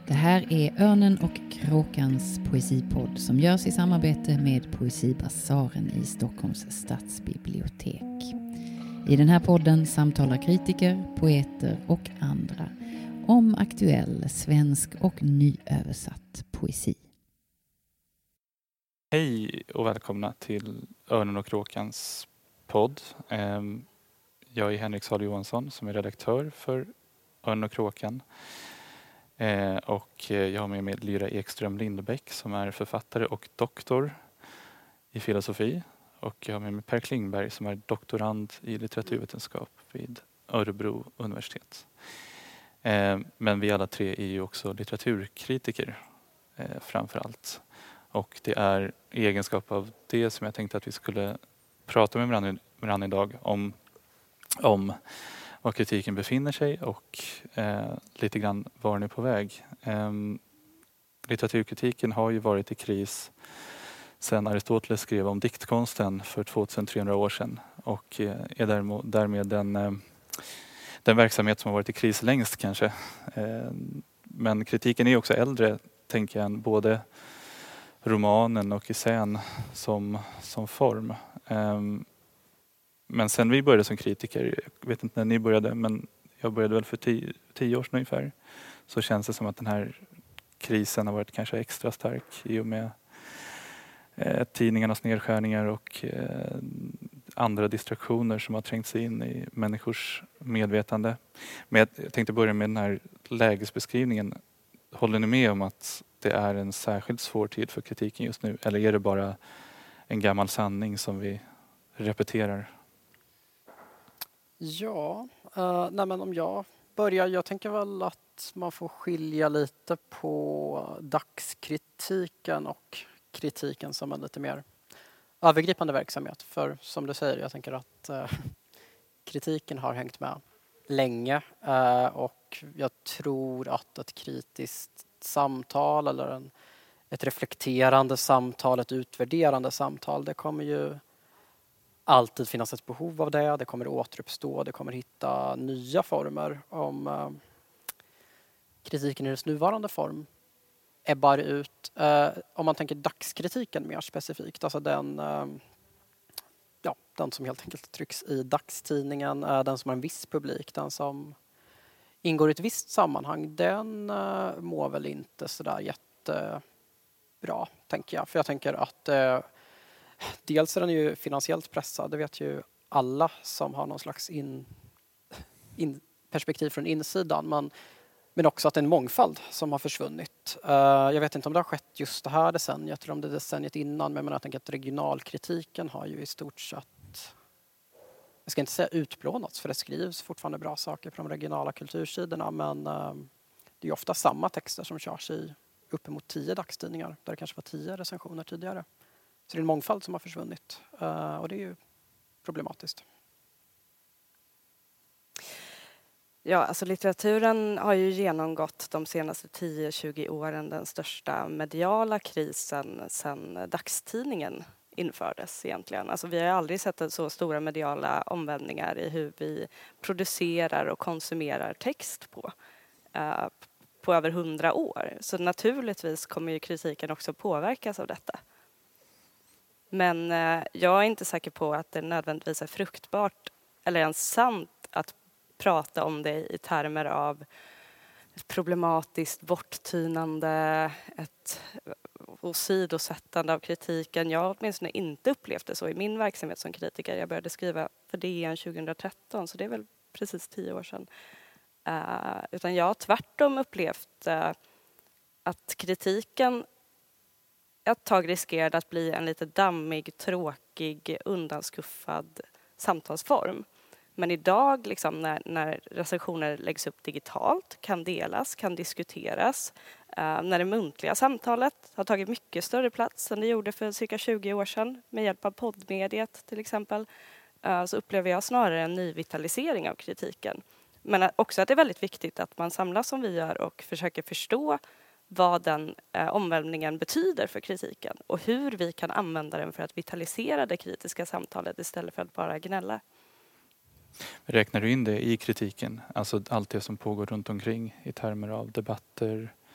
Det här är Örnen och Kråkans poesipodd som görs i samarbete med Poesibasaren i Stockholms stadsbibliotek. I den här podden samtalar kritiker, poeter och andra om aktuell svensk och nyöversatt poesi. Hej och välkomna till Örnen och Kråkans podd. Jag är Henrik Sahl Johansson som är redaktör för Örnen och Kråkan. Och jag har med mig Lyra Ekström Lindbäck som är författare och doktor i filosofi. Och jag har med mig Per Klingberg som är doktorand i litteraturvetenskap vid Örebro universitet. Men vi alla tre är ju också litteraturkritiker framför allt. Och det är i egenskap av det som jag tänkte att vi skulle prata med varandra idag om var kritiken befinner sig och lite grann var den är på väg. Litteraturkritiken har ju varit i kris sedan Aristoteles skrev om diktkonsten för 2300 år sedan och är därmed den verksamhet som har varit i kris längst kanske. Men kritiken är också äldre, tänker jag, både romanen och essän som form. Men sen vi började som kritiker, jag vet inte när ni började, men jag började väl för 10 år sedan ungefär, så känns det som att den här krisen har varit kanske extra stark i och med tidningarnas nedskärningar och andra distraktioner som har trängt sig in i människors medvetande. Men jag tänkte börja med den här lägesbeskrivningen. Håller ni med om att det är en särskilt svår tid för kritiken just nu? Eller är det bara en gammal sanning som vi repeterar? Ja, men om jag börjar. Jag tänker väl att man får skilja lite på dagskritiken och kritiken som en lite mer övergripande verksamhet. För som du säger, jag tänker att kritiken har hängt med länge och jag tror att ett kritiskt samtal eller ett reflekterande samtal, ett utvärderande samtal, det kommer ju alltid finnas ett behov av det. Det kommer återuppstå, det kommer hitta nya former om kritiken i dess nuvarande form ebbar ut. Om man tänker dagskritiken mer specifikt, alltså den som helt enkelt trycks i dagstidningen, den som har en viss publik, den som ingår i ett visst sammanhang, den mår väl inte sådär jättebra, tänker jag. För jag tänker att dels är den ju finansiellt pressad, det vet ju alla som har någon slags perspektiv från insidan, men också att det är en mångfald som har försvunnit. Jag vet inte om det har skett just det här decenniet eller om det är decenniet innan, men jag tänker att regionalkritiken har ju i stort sett, jag ska inte säga utplånats, för det skrivs fortfarande bra saker på de regionala kultursidorna, men det är ofta samma texter som körs i uppemot 10 dagstidningar, där det kanske var 10 recensioner tidigare. Så det är en mångfald som har försvunnit och det är ju problematiskt. Ja, alltså litteraturen har ju genomgått de senaste 10-20 åren den största mediala krisen sedan dagstidningen infördes egentligen. Alltså vi har aldrig sett så stora mediala omvändningar i hur vi producerar och konsumerar text på över 100 år. Så naturligtvis kommer ju kritiken också påverkas av detta. Men jag är inte säker på att det nödvändigtvis är fruktbart eller ens sant att prata om det i termer av ett problematiskt borttynande, ett åsidosättande av kritiken. Jag har åtminstone inte upplevt det så i min verksamhet som kritiker. Jag började skriva för DN 2013, så det är väl precis 10 år sedan. Utan jag har tvärtom upplevt att kritiken ett tag riskerade att bli en lite dammig, tråkig, undanskuffad samtalsform. Men idag, liksom, när recensioner läggs upp digitalt, kan delas, kan diskuteras, när det muntliga samtalet har tagit mycket större plats än det gjorde för cirka 20 år sedan, med hjälp av poddmediet till exempel, så upplever jag snarare en ny vitalisering av kritiken. Men också att det är väldigt viktigt att man samlas som vi gör och försöker förstå vad den omvälvningen betyder för kritiken och hur vi kan använda den för att vitalisera det kritiska samtalet istället för att bara gnälla. Räknar du in det i kritiken? Alltså allt det som pågår runt omkring i termer av debatter,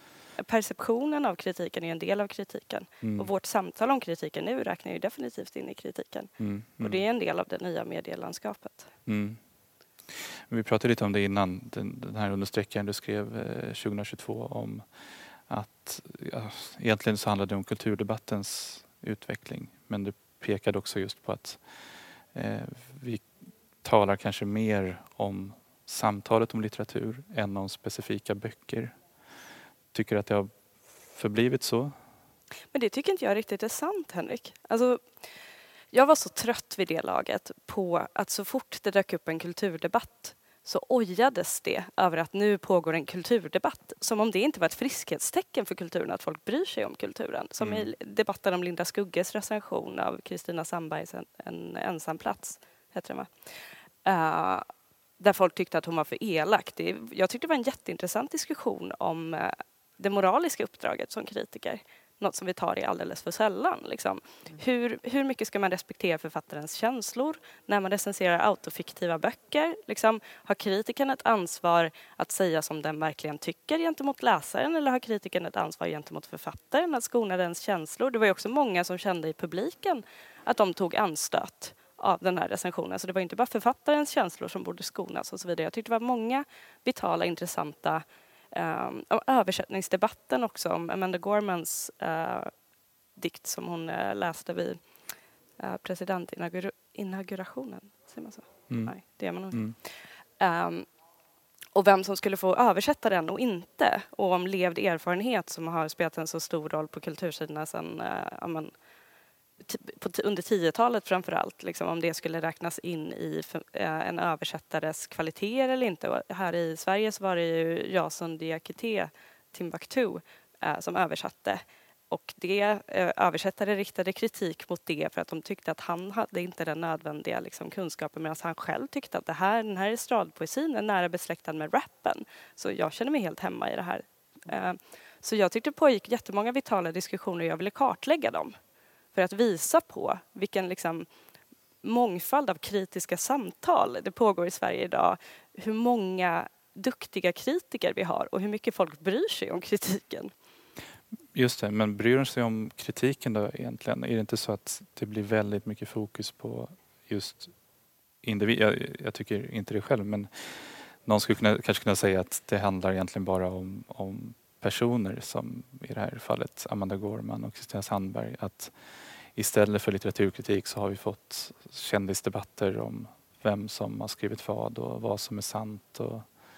perceptionen av kritiken är en del av kritiken. Och vårt samtal om kritiken nu räknar ju definitivt in i kritiken. Och det är en del av det nya medielandskapet. Vi pratade lite om det innan, den här understreckaren du skrev 2022 om att egentligen så handlade det om kulturdebattens utveckling. Men du pekade också just på att vi talar kanske mer om samtalet om litteratur än om specifika böcker. Tycker du att det har förblivit så? Men det tycker inte jag riktigt är sant, Henrik. Alltså, jag var så trött vid det laget på att så fort det dök upp en kulturdebatt så ojades det över att nu pågår en kulturdebatt. Som om det inte var ett friskhetstecken för kulturen att folk bryr sig om kulturen. Som i debatten om Linda Skugges recension av Kristina Sandbergs En ensam plats, heter den, va? Där folk tyckte att hon var för elak. Jag tyckte det var en jätteintressant diskussion om det moraliska uppdraget som kritiker. Något som vi tar i alldeles för sällan. Liksom. Hur mycket ska man respektera författarens känslor när man recenserar autofiktiva böcker? Liksom, har kritiken ett ansvar att säga som den verkligen tycker gentemot läsaren? Eller har kritiken ett ansvar gentemot författaren att skona dens känslor? Det var ju också många som kände i publiken att de tog anstöt av den här recensionen. Så det var inte bara författarens känslor som borde skonas och så vidare. Jag tyckte det var många vitala, intressanta översättningsdebatten också om Amanda Gormans dikt som hon läste vid presidentinaugurationen. Säger man så? Nej, det är man nog inte. Och vem som skulle få översätta den och inte. Och om levd erfarenhet som har spelat en så stor roll på kultursidorna sedan under 10-talet framför allt, liksom, om det skulle räknas in i en översättares kvaliteter eller inte. Och här i Sverige så var det ju Jason Diakité Timbuktu som översatte. Och översättare riktade kritik mot det för att de tyckte att han hade inte den nödvändiga liksom, kunskapen, medan han själv tyckte att den här estradpoesin är nära besläktad med rappen. Så jag känner mig helt hemma i det här. Så jag tyckte det pågick jättemånga vitala diskussioner och jag ville kartlägga dem. För att visa på vilken liksom, mångfald av kritiska samtal det pågår i Sverige idag. Hur många duktiga kritiker vi har och hur mycket folk bryr sig om kritiken. Just det, men bryr de sig om kritiken då egentligen? Är det inte så att det blir väldigt mycket fokus på just individ? Jag tycker inte det själv, men någon skulle kanske kunna säga att det handlar egentligen bara om personer som i det här fallet Amanda Gorman och Kristina Sandberg. Att istället för litteraturkritik så har vi fått kändisdebatter om vem som har skrivit vad och vad som är sant och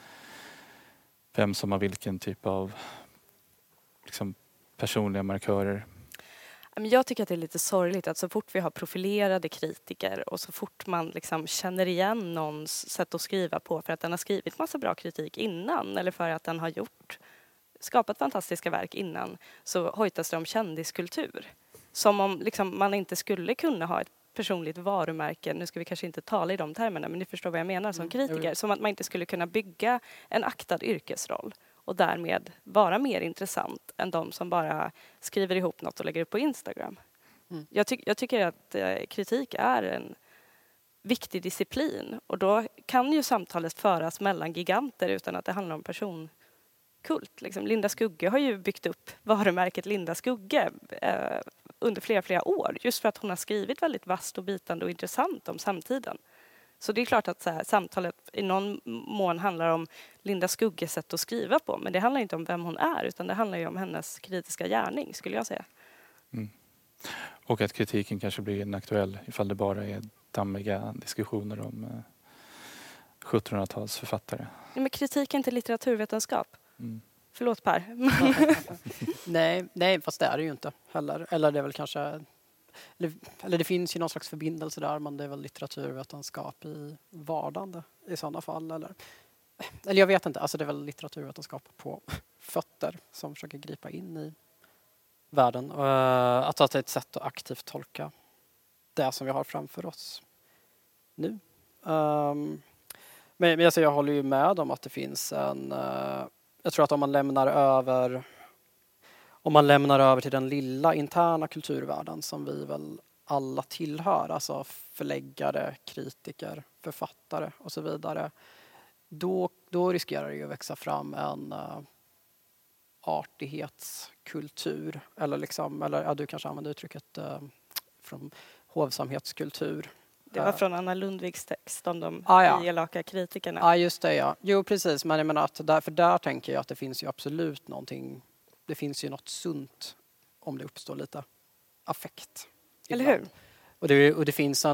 vem som har vilken typ av liksom, personliga markörer. Jag tycker att det är lite sorgligt att så fort vi har profilerade kritiker och så fort man liksom känner igen någons sätt att skriva på för att den har skrivit massa bra kritik innan eller för att den har skapat fantastiska verk innan, så hojtas det om kändiskultur. Som om liksom, man inte skulle kunna ha ett personligt varumärke. Nu ska vi kanske inte tala i de termerna, men ni förstår vad jag menar som kritiker. Som att man inte skulle kunna bygga en aktad yrkesroll och därmed vara mer intressant än de som bara skriver ihop något och lägger upp på Instagram. Jag tycker att kritik är en viktig disciplin och då kan ju samtalet föras mellan giganter utan att det handlar om personkult. Liksom. Linda Skugge har ju byggt upp varumärket Linda Skugge under flera år just för att hon har skrivit väldigt vasst och bitande och intressant om samtiden. Så det är klart att samtalet i någon mån handlar om Linda Skugges sätt att skriva på, men det handlar inte om vem hon är utan det handlar ju om hennes kritiska gärning, skulle jag säga. Och att kritiken kanske blir inaktuell ifall det bara är dammiga diskussioner om 1700-tals författare. Ja, men kritik är inte litteraturvetenskap. Förlåt Per. Nej, fast det är det ju inte heller. Eller det är väl kanske... Eller det finns ju någon slags förbindelse där, men det är väl litteraturvetenskap i vardande i sådana fall. Eller jag vet inte, alltså det är väl litteraturvetenskap på fötter som försöker gripa in i världen. Att det är ett sätt att aktivt tolka det som vi har framför oss nu. Men alltså jag håller ju med om att det finns en... jag tror att om man lämnar över till den lilla interna kulturvärlden som vi väl alla tillhör, alltså förläggare, kritiker, författare och så vidare, då riskerar det ju att växa fram en artighetskultur. Eller du kanske använder uttrycket från hovsamhetskultur. Det var från Anna Lundviks text om de elaka kritikerna. Ja, just det. Ja. Jo, precis. Men jag menar att där tänker jag att det finns ju absolut någonting. Det finns ju något sunt om det uppstår lite affekt. Eller hur? Och det finns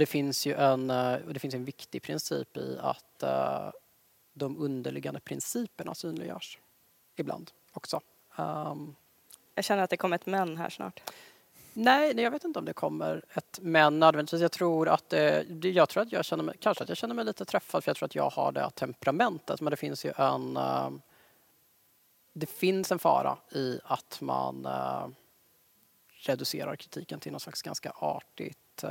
en viktig princip i att de underliggande principerna synliggörs ibland också. Jag känner att det kommer ett men här snart. Nej, jag vet inte om det kommer ett men nödvändigtvis. Jag tror att jag känner mig lite träffad, för jag tror att jag har det temperamentet. Men det finns ju en fara i att man reducerar kritiken till någon slags ganska artigt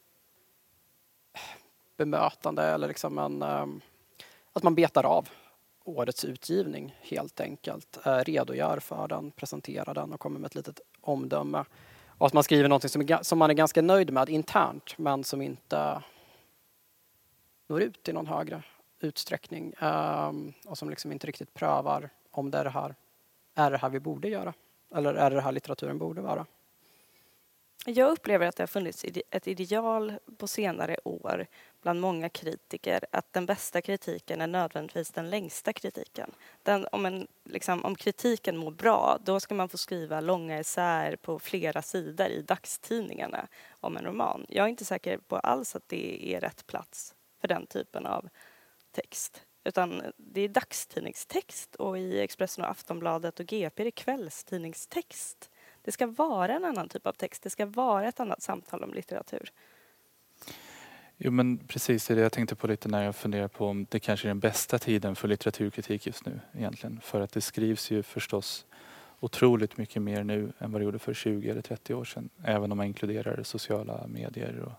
bemötande, eller liksom att man betar av årets utgivning helt enkelt, redogör för den, presenterar den och kommer med ett litet omdöme. Och att man skriver något som man är ganska nöjd med internt, men som inte når ut i någon högre utsträckning. Och som liksom inte riktigt prövar om det är det här vi borde göra. Eller är det här litteraturen borde vara. Jag upplever att det har funnits ett ideal på senare år bland många kritiker att den bästa kritiken är nödvändigtvis den längsta kritiken. Om kritiken mår bra, då ska man få skriva långa essäer på flera sidor i dagstidningarna om en roman. Jag är inte säker på alls att det är rätt plats för den typen av text. Utan det är dagstidningstext, och i Expressen och Aftonbladet och GP är det kvällstidningstext. Det ska vara en annan typ av text. Det ska vara ett annat samtal om litteratur. Jo, men precis det jag tänkte på lite när jag funderar på om det kanske är den bästa tiden för litteraturkritik just nu egentligen. För att det skrivs ju förstås otroligt mycket mer nu än vad det gjorde för 20 eller 30 år sedan. Även om man inkluderar sociala medier och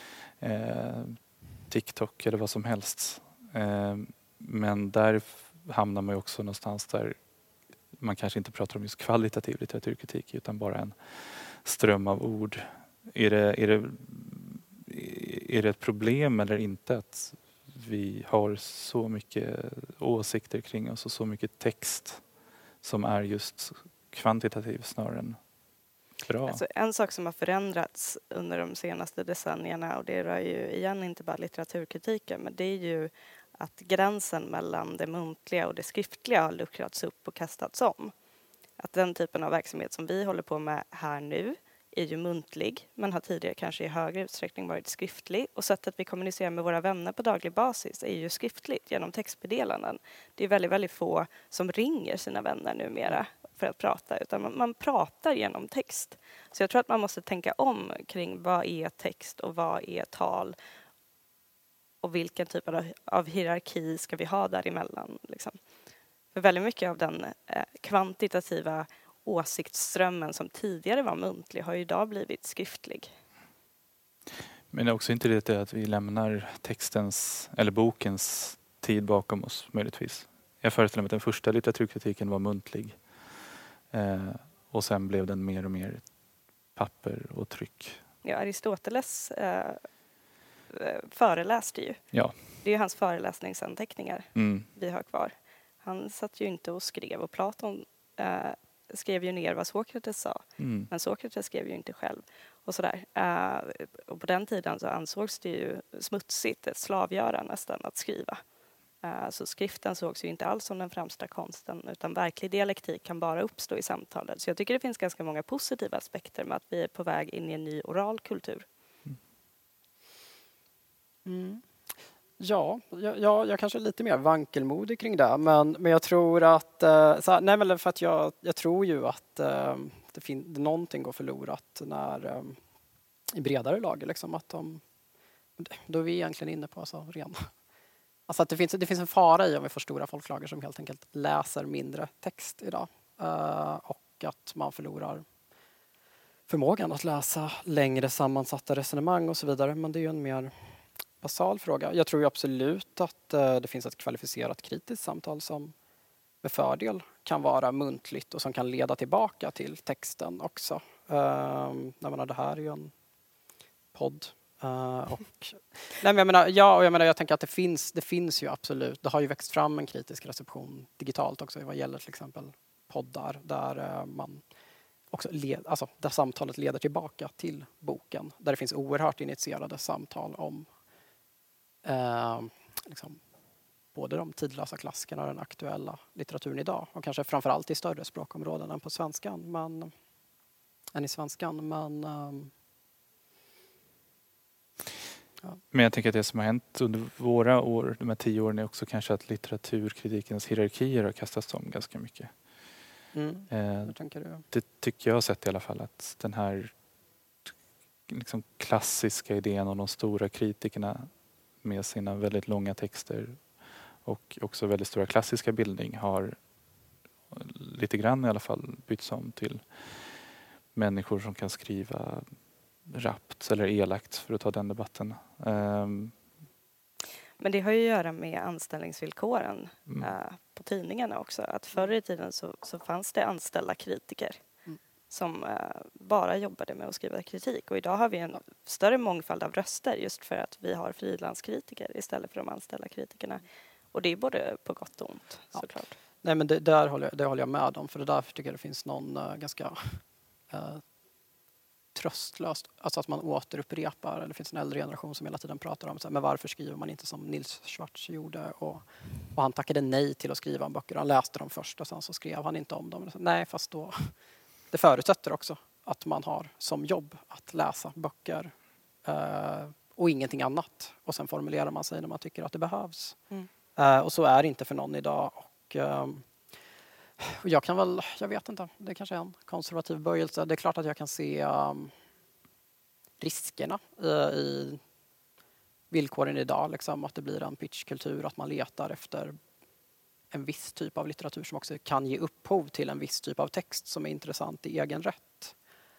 TikTok eller vad som helst. Men där hamnar man ju också någonstans där man kanske inte pratar om just kvalitativ litteraturkritik utan bara en ström av ord. Är det ett problem eller inte att vi har så mycket åsikter kring oss och så mycket text som är just kvantitativ snarare än bra? Alltså, en sak som har förändrats under de senaste decennierna, och det rör ju igen inte bara litteraturkritiken, men det är ju att gränsen mellan det muntliga och det skriftliga har luckrats upp och kastats om. Att den typen av verksamhet som vi håller på med här nu är ju muntlig, men har tidigare kanske i högre utsträckning varit skriftlig. Och sättet vi kommunicerar med våra vänner på daglig basis är ju skriftligt genom textmeddelanden. Det är väldigt, väldigt få som ringer sina vänner numera för att prata, utan man pratar genom text. Så jag tror att man måste tänka om kring vad är text och vad är tal. Och vilken typ av hierarki ska vi ha däremellan? Liksom. För väldigt mycket av den kvantitativa åsiktsströmmen som tidigare var muntlig har ju idag blivit skriftlig. Men det är också inte det att vi lämnar textens eller bokens tid bakom oss möjligtvis. Jag föreställer mig att den första litteraturkritiken var muntlig. Och sen blev den mer och mer papper och tryck. Ja, Aristoteles föreläste ju. Ja. Det är ju hans föreläsningsanteckningar vi har kvar. Han satt ju inte och skrev, och Platon skrev ju ner vad Sokrates sa. Men Sokrates skrev ju inte själv. Och sådär. Och på den tiden så ansågs det ju smutsigt, ett slavgöra nästan, att skriva. Så skriften sågs ju inte alls som den främsta konsten, utan verklig dialektik kan bara uppstå i samtalet. Så jag tycker det finns ganska många positiva aspekter med att vi är på väg in i en ny oral kultur. Ja, jag kanske är lite mer vankelmodig kring det, men jag tror att för att jag tror ju att någonting går förlorat när i bredare lager liksom, att då är vi egentligen inne på alltså att det finns en fara i om vi får stora folklager som helt enkelt läser mindre text idag, och att man förlorar förmågan att läsa längre sammansatta resonemang och så vidare, men det är ju en mer basal fråga. Jag tror ju absolut att det finns ett kvalificerat kritiskt samtal som med fördel kan vara muntligt och som kan leda tillbaka till texten också. Det här är ju en podd. Jag tänker att det finns ju absolut, det har ju växt fram en kritisk reception digitalt också vad gäller till exempel poddar där man också där samtalet leder tillbaka till boken. Där det finns oerhört initierade samtal om liksom, både de tidlösa klassikerna och den aktuella litteraturen idag. Och kanske framförallt i större språkområden än i svenskan. Men jag tänker att det som har hänt under våra år, de här 10 åren, är också kanske att litteraturkritikens hierarkier har kastats om ganska mycket. Hur tänker du? Det tycker jag har sett i alla fall, att den här liksom klassiska idén om de stora kritikerna med sina väldigt långa texter och också väldigt stora klassiska bildning har lite grann i alla fall bytts om till människor som kan skriva rappt eller elakt, för att ta den debatten. Men det har ju att göra med anställningsvillkoren på tidningarna också. Att förr i tiden så fanns det anställda kritiker som bara jobbade med att skriva kritik. Och idag har vi en större mångfald av röster just för att vi har frilanskritiker istället för de anställda kritikerna. Och det är både på gott och ont, såklart. Nej, men det håller jag med om. För det därför tycker jag det finns någon ganska tröstlöst. Alltså att man återupprepar. Eller det finns en äldre generation som hela tiden pratar om så här, men varför skriver man inte som Nils Schwartz gjorde? Och han tackade nej till att skriva om böcker. Han läste dem först och sen så skrev han inte om dem. Nej, fast då... Det förutsätter också att man har som jobb att läsa böcker och ingenting annat. Och sen formulerar man sig när man tycker att det behövs. Och så är det inte för någon idag. Och jag vet inte, det kanske är en konservativ böjelse. Det är klart att jag kan se riskerna i villkoren idag. Liksom, att det blir en pitchkultur, att man letar efter en viss typ av litteratur som också kan ge upphov till en viss typ av text som är intressant i egen rätt.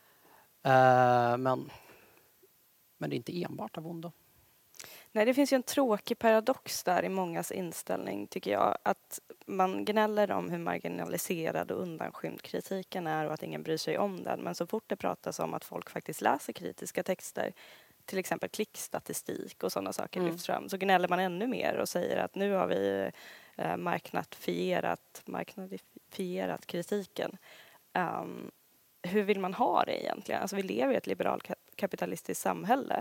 Men det är inte enbart av ondo. Nej, det finns ju en tråkig paradox där i mångas inställning, tycker jag. Att man gnäller om hur marginaliserad och undanskymd kritiken är och att ingen bryr sig om den. Men så fort det pratas om att folk faktiskt läser kritiska texter, till exempel klickstatistik och sådana saker lyfts fram, så gnäller man ännu mer och säger att nu har vi marknadifierat kritiken. Hur vill man ha det egentligen? Alltså vi lever i ett liberalkapitalistiskt samhälle.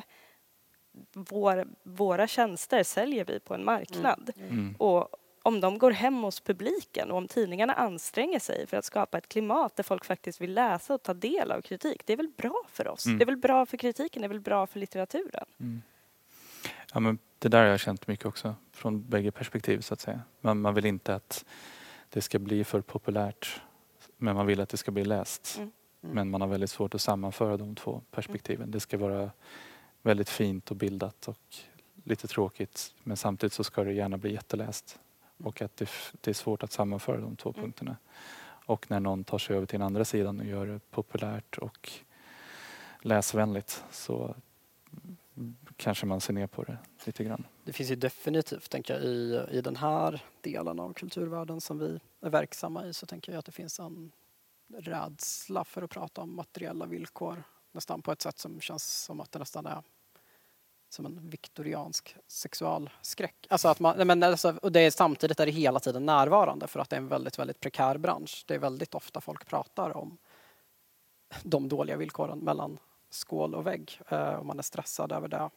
Våra tjänster säljer vi på en marknad. Och om de går hem hos publiken och om tidningarna anstränger sig för att skapa ett klimat där folk faktiskt vill läsa och ta del av kritik, det är väl bra för oss. Det är väl bra för kritiken, det är väl bra för litteraturen. Ja, men det där har jag känt mycket också från bägge perspektiv, så att säga. Man vill inte att det ska bli för populärt, men man vill att det ska bli läst. Men man har väldigt svårt att sammanföra de två perspektiven. Det ska vara väldigt fint och bildat och lite tråkigt, men samtidigt så ska det gärna bli jätteläst. Och att det är svårt att sammanföra de två punkterna. Och när någon tar sig över till den andra sidan och gör det populärt och läsvänligt, så kanske man ser ner på det lite grann. Det finns ju definitivt, tänker jag, i den här delen av kulturvärlden som vi är verksamma i, så tänker jag att det finns en rädsla för att prata om materiella villkor. Nästan på ett sätt som känns som att det nästan är som en viktoriansk sexualskräck. Alltså att och det är samtidigt är det hela tiden närvarande, för att det är en väldigt, väldigt prekär bransch. Det är väldigt ofta folk pratar om de dåliga villkoren mellan skål och vägg. Och man är stressad över det.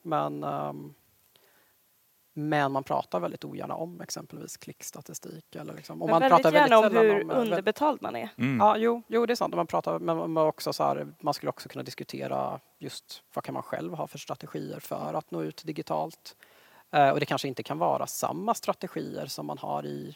Men man pratar väldigt ogärna om exempelvis klickstatistik. Eller liksom. Och men man väldigt pratar gärna väldigt om sällan hur underbetald man är. Ja, jo, det är sant. Man pratar, men också så här, man skulle också kunna diskutera just vad kan man själv ha för strategier för att nå ut digitalt. Och det kanske inte kan vara samma strategier som man har i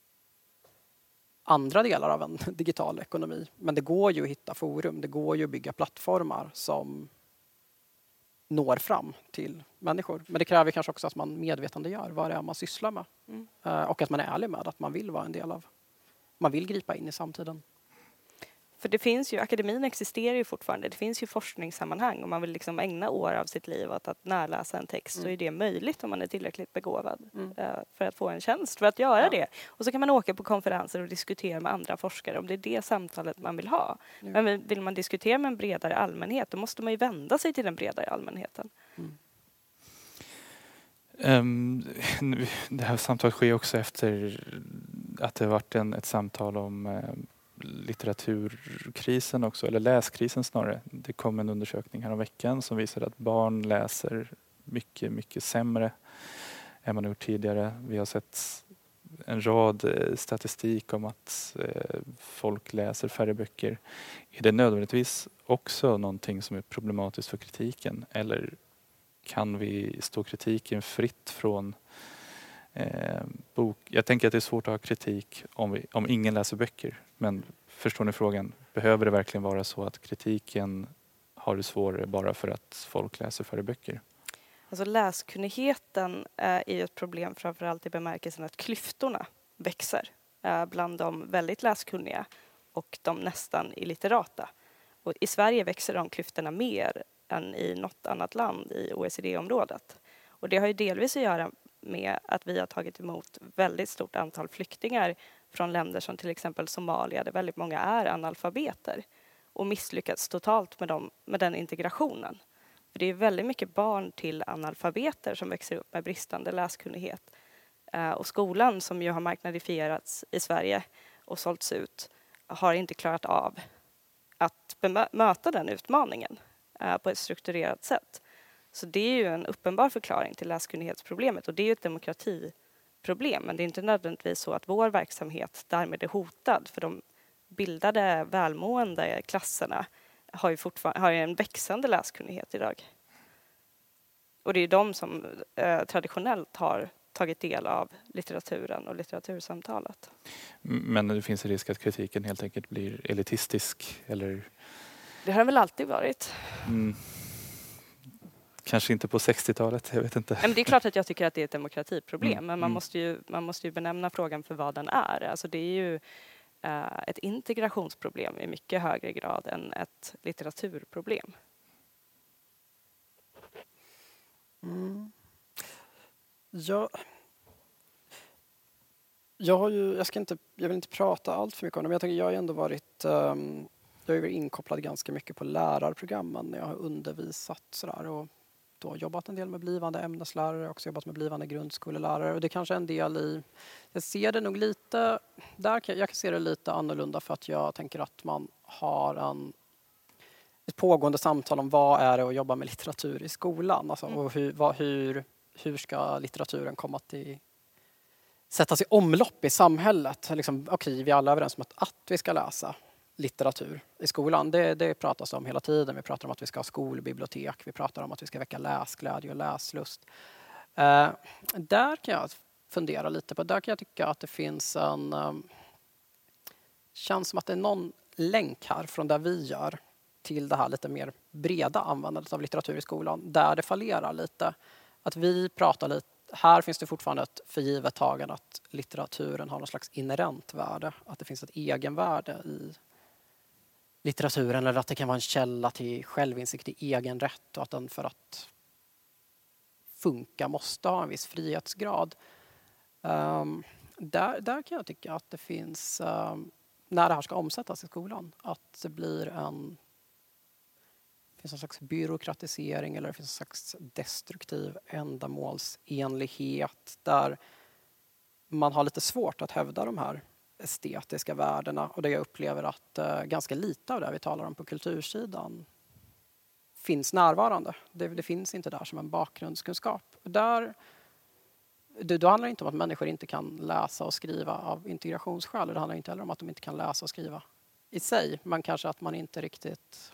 andra delar av en digital ekonomi. Men det går ju att hitta forum, det går ju att bygga plattformar som når fram till människor. Men det kräver kanske också att man medvetandegör vad det är man sysslar med. Och att man är ärlig med att man vill vara en del av, man vill gripa in i samtiden. För det finns ju, akademin existerar ju fortfarande, det finns ju forskningssammanhang. Om man vill liksom ägna år av sitt liv åt att närläsa en text så är det möjligt om man är tillräckligt begåvad för att få en tjänst för att göra det. Och så kan man åka på konferenser och diskutera med andra forskare om det är det samtalet man vill ha. Men vill man diskutera med en bredare allmänhet, då måste man ju vända sig till den bredare allmänheten. Det här samtalet sker också efter att det varit ett samtal om litteraturkrisen också, eller läskrisen snarare. Det kom en undersökning här om veckan som visade att barn läser mycket, mycket sämre än man gjort tidigare. Vi har sett en rad statistik om att folk läser färre böcker. Är det nödvändigtvis också någonting som är problematiskt för kritiken? Eller kan vi stå kritiken fritt från bok? Jag tänker att det är svårt att ha kritik om ingen läser böcker. Men förstår ni frågan? Behöver det verkligen vara så att kritiken har det svårare bara för att folk läser färre böcker? Alltså läskunnigheten är ju ett problem framförallt i bemärkelsen att klyftorna växer bland de väldigt läskunniga och de nästan illitterata. Och i Sverige växer de klyftorna mer än i något annat land i OECD-området. Och det har ju delvis att göra med att vi har tagit emot väldigt stort antal flyktingar från länder som till exempel Somalia, där väldigt många är analfabeter och misslyckats totalt med den integrationen. För det är väldigt mycket barn till analfabeter som växer upp med bristande läskunnighet. Och skolan, som ju har marknadifierats i Sverige och sålts ut, har inte klarat av att möta den utmaningen på ett strukturerat sätt. Så det är ju en uppenbar förklaring till läskunnighetsproblemet, och det är ju ett demokratiproblem. Men det är inte nödvändigtvis så att vår verksamhet därmed är hotad, för de bildade, välmående klasserna har ju en växande läskunnighet idag. Och det är de som traditionellt har tagit del av litteraturen och litteratursamtalet. Men det finns en risk att kritiken helt enkelt blir elitistisk, eller? Det har den väl alltid varit. Kanske inte på 60-talet, jag vet inte. Men det är klart att jag tycker att det är ett demokratiproblem, men man måste ju benämna frågan för vad den är. Alltså det är ju ett integrationsproblem i mycket högre grad än ett litteraturproblem. Jag vill inte prata allt för mycket om det, men jag tänker jag har ändå varit jag är inkopplad ganska mycket på lärarprogrammen när jag har undervisat sådär, och då jobbat en del med blivande ämneslärare, också jobbat med blivande grundskolelärare, och det kanske är en del i, jag ser det nog lite där, jag kan se det lite annorlunda, för att jag tänker att man har ett pågående samtal om vad är det att jobba med litteratur i skolan, alltså, och hur ska litteraturen komma till sättas i omlopp i samhället. Liksom, okej, vi är alla överens om att vi ska läsa litteratur i skolan. Det pratas om hela tiden. Vi pratar om att vi ska ha skolbibliotek. Vi pratar om att vi ska väcka läsglädje och läslust. Där kan jag fundera lite på. Där kan jag tycka att det finns känns som att det är någon länk här från där vi gör till det här lite mer breda användandet av litteratur i skolan. Där det fallerar lite. Att vi pratar lite. Här finns det fortfarande ett förgivet tagande att litteraturen har någon slags inherent värde. Att det finns ett egenvärde i litteraturen, eller att det kan vara en källa till självinsikt i egen rätt, och att den för att funka måste ha en viss frihetsgrad. Där kan jag tycka att det finns, när det här ska omsättas i skolan, att det blir finns en slags byråkratisering, eller det finns en slags destruktiv ändamålsenlighet där man har lite svårt att hävda de här estetiska värdena, och där jag upplever att ganska lite av det vi talar om på kultursidan finns närvarande. Det finns inte där som en bakgrundskunskap. Då handlar det inte om att människor inte kan läsa och skriva av integrationsskäl. Det handlar inte heller om att de inte kan läsa och skriva i sig, men kanske att man inte riktigt...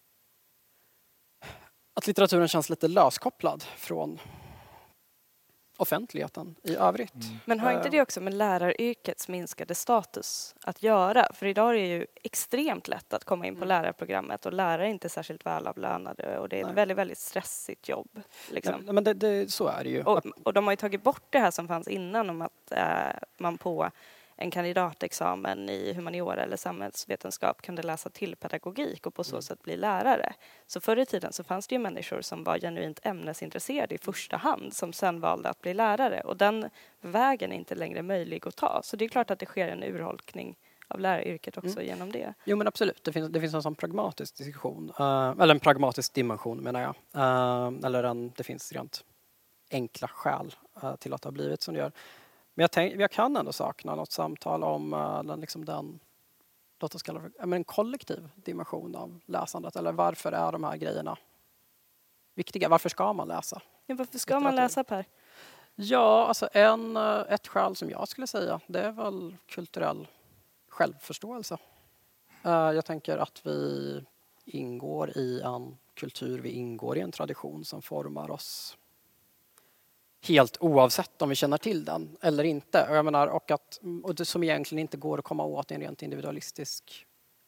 Att litteraturen känns lite löskopplad från offentligheten i övrigt. Men har inte det också med läraryrkets minskade status att göra? För idag är det ju extremt lätt att komma in på lärarprogrammet, och lärare är inte särskilt välavlönade, och det är ett väldigt, väldigt stressigt jobb. Liksom. Nej, men så är det ju. Och de har ju tagit bort det här som fanns innan om att man på en kandidatexamen i humaniora eller samhällsvetenskap kunde läsa till pedagogik och på så sätt bli lärare. Så förr i tiden så fanns det ju människor som var genuint ämnesintresserade i första hand, som sen valde att bli lärare. Och den vägen är inte längre möjlig att ta. Så det är klart att det sker en urholkning av läraryrket också genom det. Jo, men absolut. Det finns en sån pragmatisk diskussion. Eller en pragmatisk dimension, menar jag. Det finns rent enkla skäl till att det har blivit som det gör. Men jag kan ändå sakna något samtal om låt oss kalla det en kollektiv dimension av läsandet? Eller varför är de här grejerna viktiga? Varför ska man läsa? Ja, varför ska man läsa, Per? Ja, alltså ett skäl som jag skulle säga, det är väl kulturell självförståelse. Jag tänker att vi ingår i en kultur, vi ingår i en tradition som formar oss helt oavsett om vi känner till den eller inte. Och jag menar, och det som egentligen inte går att komma åt en rent individualistisk...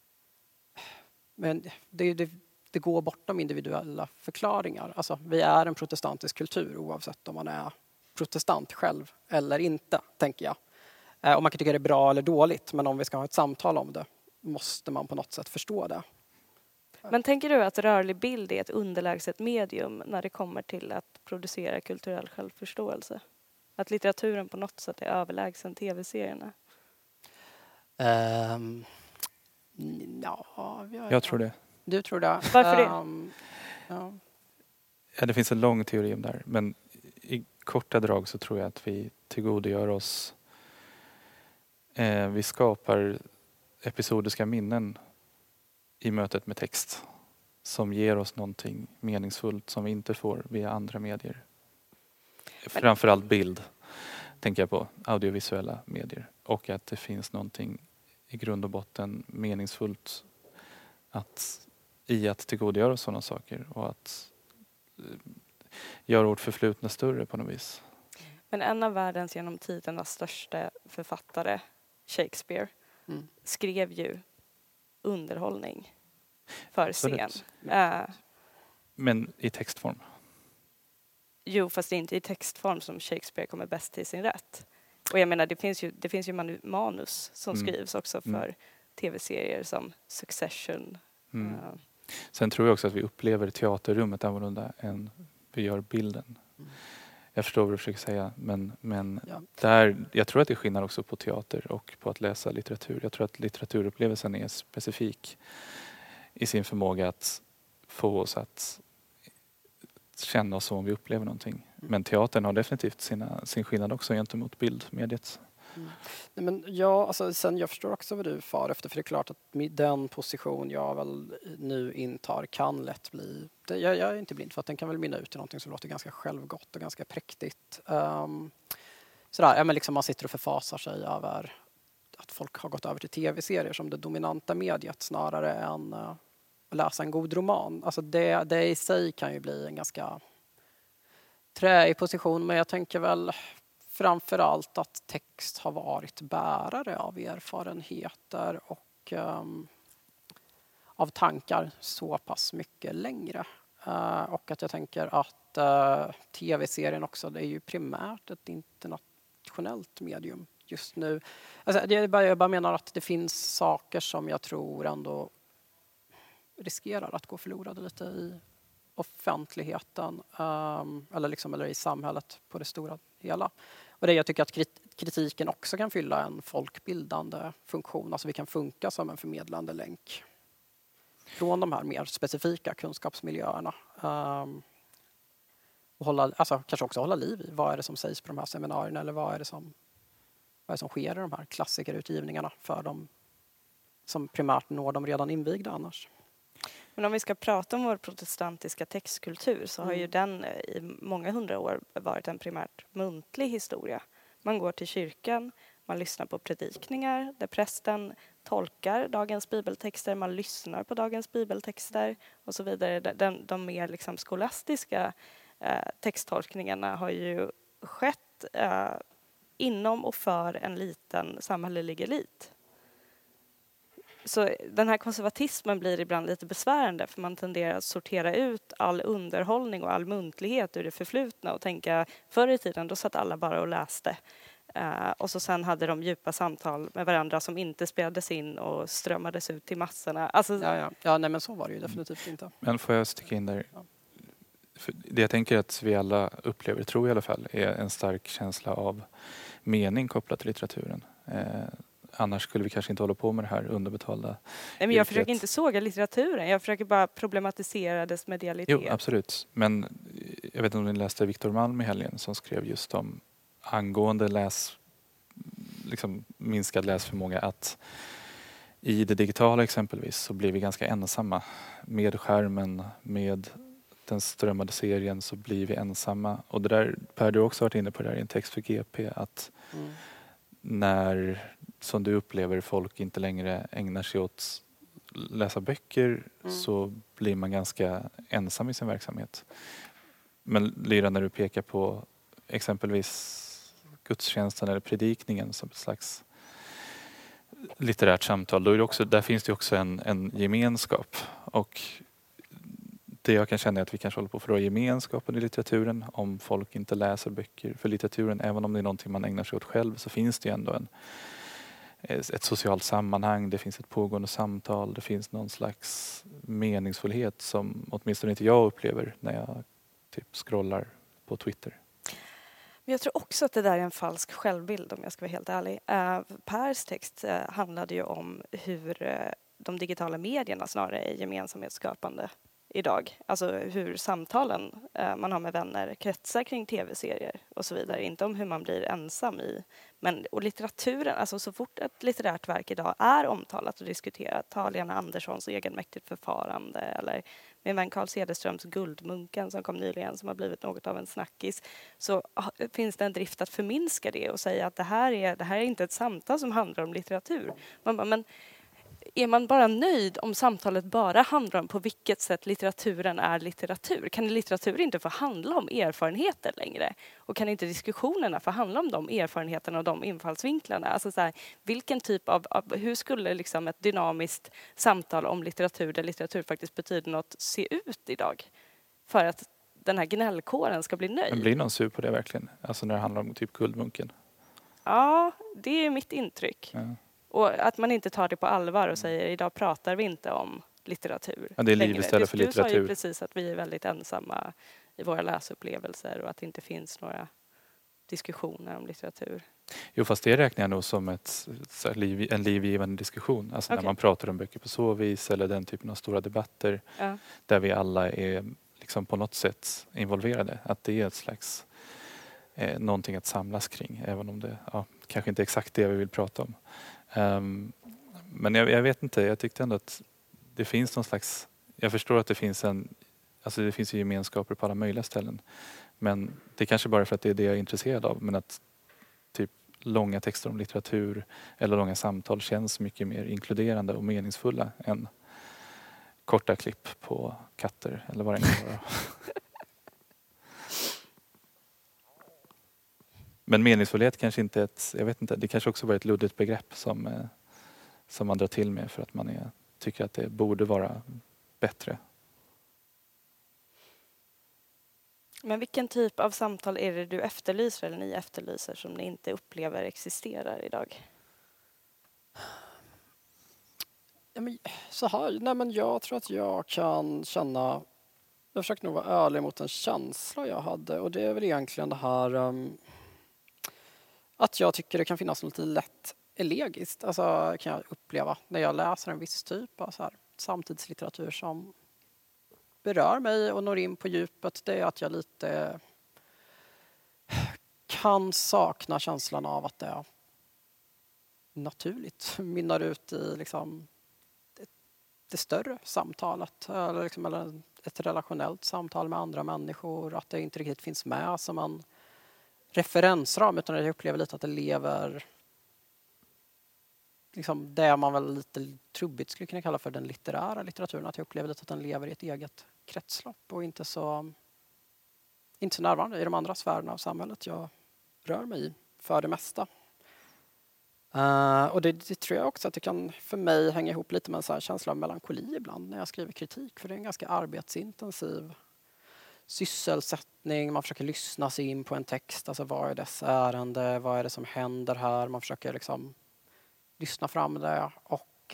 Men det går bortom individuella förklaringar. Alltså, vi är en protestantisk kultur oavsett om man är protestant själv eller inte, tänker jag. Och man kan tycka det är bra eller dåligt, men om vi ska ha ett samtal om det måste man på något sätt förstå det. Men tänker du att rörlig bild är ett underlägset medium när det kommer till att producera kulturell självförståelse? Att litteraturen på något sätt är överlägsen tv-serierna? Jag tror det. Du tror det? Varför det? Ja, det finns en lång teori om det här, men i korta drag så tror jag att vi tillgodogör oss, vi skapar episodiska minnen i mötet med text som ger oss någonting meningsfullt som vi inte får via andra medier. Framförallt bild, tänker jag på, audiovisuella medier. Och att det finns någonting i grund och botten meningsfullt i att tillgodogöra oss sådana saker och att göra vårt förflutna större på något vis. Men en av världens genom tiderna största författare, Shakespeare, skrev ju underhållning för scen. Men i textform? Jo, fast det är inte i textform som Shakespeare kommer bäst till sin rätt. Och jag menar, det finns ju manus som skrivs också för tv-serier som Succession. Sen tror jag också att vi upplever teaterrummet annorlunda än vi gör bilden. Jag förstår vad du försöker säga, men jag tror att det är skillnad också på teater och på att läsa litteratur. Jag tror att litteraturupplevelsen är specifik i sin förmåga att få oss att känna oss som om vi upplever någonting. Men teatern har definitivt sin skillnad också gentemot bildmediet. Nej, men sen jag förstår också vad du far efter, för det är klart att den position jag väl nu intar kan lätt bli... Jag är inte blind för att den kan väl mynna ut i någonting som låter ganska självgott och ganska präktigt. Men liksom man sitter och förfasar sig över att folk har gått över till tv-serier som det dominanta mediet snarare än att läsa en god roman. Alltså det i sig kan ju bli en ganska träig position, men jag tänker väl framförallt att text har varit bärare av erfarenheter och av tankar så pass mycket längre. Och att jag tänker att tv-serien också, det är ju primärt ett internationellt medium just nu. Alltså, jag bara menar att det finns saker som jag tror ändå riskerar att gå förlorade lite i offentligheten eller i samhället på det stora hela. Och det jag tycker att kritiken också kan fylla en folkbildande funktion. Alltså vi kan funka som en förmedlande länk från de här mer specifika kunskapsmiljöerna. Och kanske också hålla liv i vad är det som sägs på de här seminarierna eller vad är det som sker i de här klassikerutgivningarna för dem som primärt når de redan invigda annars. Men om vi ska prata om vår protestantiska textkultur så har ju den i många hundra år varit en primärt muntlig historia. Man går till kyrkan, man lyssnar på predikningar där prästen tolkar dagens bibeltexter, man lyssnar på dagens bibeltexter och så vidare. De mer liksom skolastiska texttolkningarna har ju skett inom och för en liten samhällelig elit. Så den här konservatismen blir ibland lite besvärande för man tenderar att sortera ut all underhållning och all muntlighet ur det förflutna och tänka förr i tiden då satt alla bara och läste. Och så sen hade de djupa samtal med varandra som inte spelades in och strömmades ut till massorna. Alltså... Nej, men så var det ju definitivt inte. Men får jag sticka in där? För det jag tänker att vi alla upplever, tror jag i alla fall, är en stark känsla av mening kopplat till litteraturen. Annars skulle vi kanske inte hålla på med det här underbetalda. Nej, men jag försöker inte såga litteraturen. Jag försöker bara problematisera dess medialitet. Jo, absolut. Men jag vet inte om ni läste Viktor Malm i helgen som skrev just om angående minskad läsförmåga att I det digitala exempelvis så blir vi ganska ensamma. Med skärmen, med den strömmade serien så blir vi ensamma. Och det där, Per, du har också varit inne på det där i en text för GP, att när, som du upplever, folk inte längre ägnar sig åt läsa böcker så blir man ganska ensam i sin verksamhet. Men Lyra, när du pekar på exempelvis gudstjänsten eller predikningen som ett slags litterärt samtal, då är det också, där finns det också en gemenskap. Och det jag kan känna är att vi kanske håller på att förlora gemenskapen i litteraturen om folk inte läser böcker. För litteraturen, även om det är någonting man ägnar sig åt själv, så finns det ändå ett socialt sammanhang, det finns ett pågående samtal, det finns någon slags meningsfullhet som åtminstone inte jag upplever när jag typ scrollar på Twitter. Men jag tror också att det där är en falsk självbild, om jag ska vara helt ärlig. Pers text handlade ju om hur de digitala medierna snarare är gemensamhetsskapande idag. Alltså hur samtalen man har med vänner kretsar kring tv-serier och så vidare. Inte om hur man blir ensam i. Och litteraturen, alltså så fort ett litterärt verk idag är omtalat och diskuterat, ta Lena Anderssons egenmäktigt förfarande eller min vän Carl Cederströms Guldmunken som kom nyligen, som har blivit något av en snackis, så finns det en drift att förminska det och säga att det här är inte ett samtal som handlar om litteratur. Man bara, men är man bara nöjd om samtalet bara handlar om på vilket sätt litteraturen är litteratur? Kan litteratur inte få handla om erfarenheter längre? Och kan inte diskussionerna få handla om de erfarenheterna och de infallsvinklarna? Alltså så här, vilken typ av hur skulle liksom ett dynamiskt samtal om litteratur, där litteratur faktiskt betyder något, se ut idag? För att den här gnällkåren ska bli nöjd. Men blir någon sur på det verkligen? Alltså när det handlar om typ Guldmunken? Ja, det är mitt intryck. Ja. Och att man inte tar det på allvar och säger idag pratar vi inte om litteratur. Ja, det är liv istället för litteratur. Du sa ju precis att vi är väldigt ensamma i våra läsupplevelser och att det inte finns några diskussioner om litteratur. Jo, fast det räknar jag nog som en livgivande diskussion. Alltså när man pratar om böcker på så vis eller den typen av stora debatter där vi alla är liksom på något sätt involverade. Att det är ett slags någonting att samlas kring, även om det kanske inte är exakt det vi vill prata om. Men jag vet inte, jag tyckte ändå att det finns någon slags, jag förstår att det finns det finns ju gemenskaper på alla möjliga ställen, men det kanske bara för att det är det jag är intresserad av, men att typ långa texter om litteratur eller långa samtal känns mycket mer inkluderande och meningsfulla än korta klipp på katter eller vad det kan vara. Men meningsfullhet kanske inte jag vet inte, det kanske också var ett luddigt begrepp som man drar till med för att man tycker att det borde vara bättre. Men vilken typ av samtal är det du efterlyser eller ni efterlyser som ni inte upplever existerar idag? Ja, men, så här, jag tror att jag kan känna, jag försöker nog vara ärlig mot en känsla jag hade, och det är väl egentligen det här att jag tycker det kan finnas något lätt elegiskt, alltså kan jag uppleva när jag läser en viss typ av så här samtidslitteratur som berör mig och når in på djupet. Det är att jag lite kan sakna känslan av att det naturligt mynnar ut i liksom det större samtalet eller ett relationellt samtal med andra människor, att det inte riktigt finns med som en referensram, utan jag upplever lite att det lever liksom det man väl lite trubbigt skulle kunna kalla för den litterära litteraturen, att jag upplever lite att den lever i ett eget kretslopp och inte så närvarande i de andra sfärerna av samhället jag rör mig i för det mesta. Och det tror jag också att det kan för mig hänga ihop lite med en så här känsla av melankoli ibland när jag skriver kritik, för det är en ganska arbetsintensiv sysselsättning. Man försöker lyssna sig in på en text, alltså vad är dess ärende, vad är det som händer här, man försöker liksom lyssna fram det och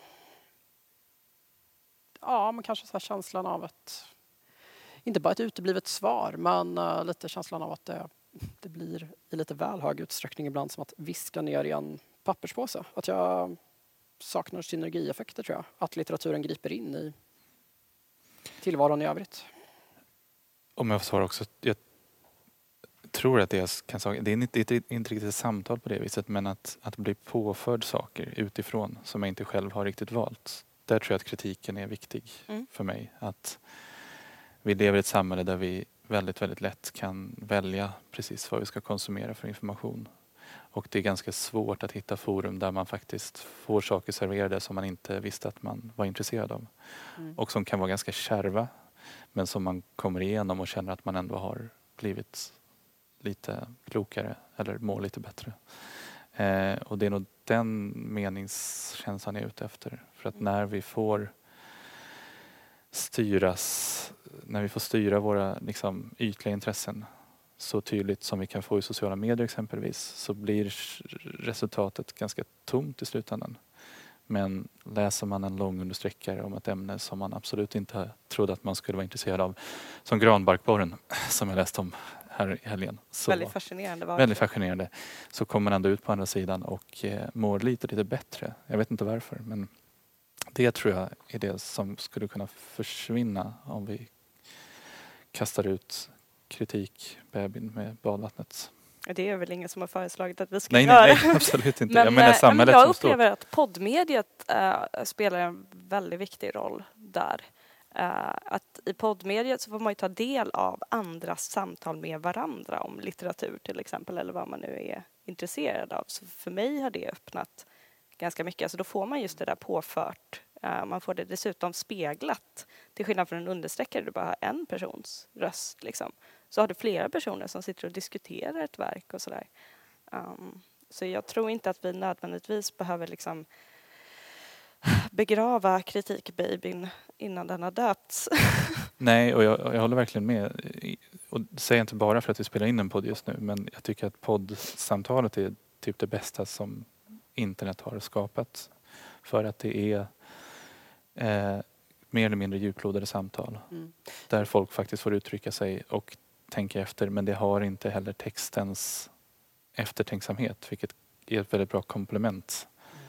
men kanske så här känslan av inte bara ett uteblivet svar, men lite känslan av att det blir i lite väl hög utsträckning ibland som att viska ner i en papperspåse. Att jag saknar synergieffekter, tror jag. Att litteraturen griper in i tillvaron i övrigt. Om jag får svara också, jag tror att det är inte riktigt ett samtal på det viset, men att bli påförd saker utifrån som jag inte själv har riktigt valt. Där tror jag att kritiken är viktig för mig. Att vi lever i ett samhälle där vi väldigt, väldigt lätt kan välja precis vad vi ska konsumera för information. Och det är ganska svårt att hitta forum där man faktiskt får saker serverade som man inte visste att man var intresserad av. Och som kan vara ganska kärva, men som man kommer igenom och känner att man ändå har blivit lite klokare eller mår lite bättre. Och det är nog den meningskänslan jag är ute efter. För att när vi får styra våra liksom, ytliga intressen så tydligt som vi kan få i sociala medier exempelvis, så blir resultatet ganska tomt i slutändan. Men läser man en lång understreckare om ett ämne som man absolut inte trodde att man skulle vara intresserad av, som granbarkborren som jag läste om här i helgen. Så Väldigt fascinerande. väldigt fascinerande. Så kommer man ändå ut på andra sidan och mår lite bättre. Jag vet inte varför, men det tror jag är det som skulle kunna försvinna om vi kastar ut kritikbebin med badvattnet. Det är väl ingen som har föreslagit att vi ska Nej, göra. nej, absolut inte. Jag menar samhället jag som står. upplever att poddmediet spelar en väldigt viktig roll där. Att i poddmediet så får man ju ta del av andras samtal med varandra om litteratur till exempel, eller vad man nu är intresserad av. Så för mig har det öppnat ganska mycket. Alltså då får man just det där påfört. Man får det dessutom speglat. Till skillnad från en understreckare, du bara har en persons röst. Liksom. Så har du flera personer som sitter och diskuterar ett verk och sådär. Så jag tror inte att vi nödvändigtvis behöver liksom begrava kritikbabyn innan den har döpts. Nej, och jag håller verkligen med. Och det säger jag inte bara för att vi spelar in en podd just nu, men jag tycker att poddsamtalet är typ det bästa som internet har skapat. För att det är mer eller mindre djuplodade samtal. Där folk faktiskt får uttrycka sig och tänka efter, men det har inte heller textens eftertänksamhet, vilket är ett väldigt bra komplement.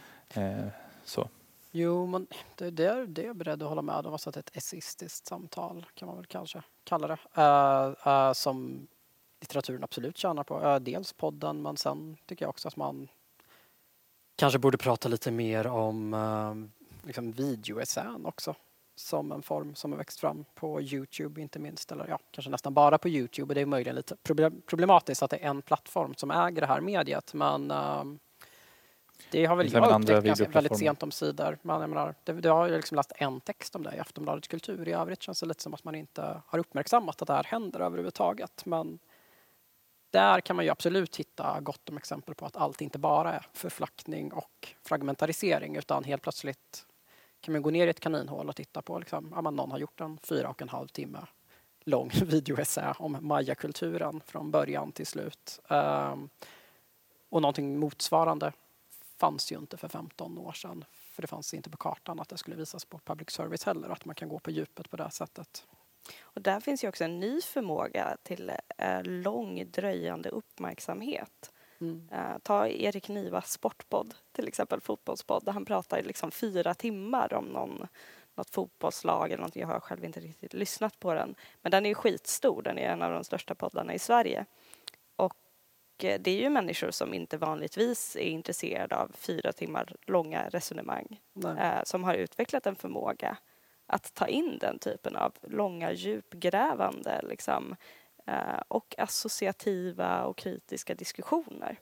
Så. Jo, men det är jag beredd att hålla med om. Att ett essayistiskt samtal kan man väl kanske kalla det. Som litteraturen absolut tjänar på. Dels podden, men sen tycker jag också att man kanske borde prata lite mer om liksom videoessän också. Som en form som har växt fram på YouTube inte minst. Eller ja, kanske nästan bara på YouTube. Och det är möjligen lite problematiskt att det är en plattform som äger det här mediet. Men det har väl jag upptäckt ganska väldigt sent om sidor. Men jag menar, det har jag liksom läst en text om det i Aftonbladets kultur. I övrigt känns det lite som att man inte har uppmärksammat att det här händer överhuvudtaget. Men där kan man ju absolut hitta gott om exempel på att allt inte bara är förflackning och fragmentarisering, utan helt plötsligt kan man gå ner i ett kaninhål och titta på liksom, någon har gjort en 4,5 timme lång videoessä om mayakulturen från början till slut. Och någonting motsvarande fanns ju inte för 15 år sedan. För det fanns inte på kartan att det skulle visas på public service heller. Att man kan gå på djupet på det här sättet. Och där finns ju också en ny förmåga till lång dröjande uppmärksamhet. Ta Erik Nivas sportpodd, till exempel fotbollspodd, där han pratar liksom 4 timmar om något fotbollslag eller någonting. Jag har själv inte riktigt lyssnat på den. Men den är ju skitstor, den är en av de största poddarna i Sverige. Och det är ju människor som inte vanligtvis är intresserade av 4 timmar långa resonemang. Som har utvecklat en förmåga att ta in den typen av långa, djupgrävande liksom, och associativa och kritiska diskussioner.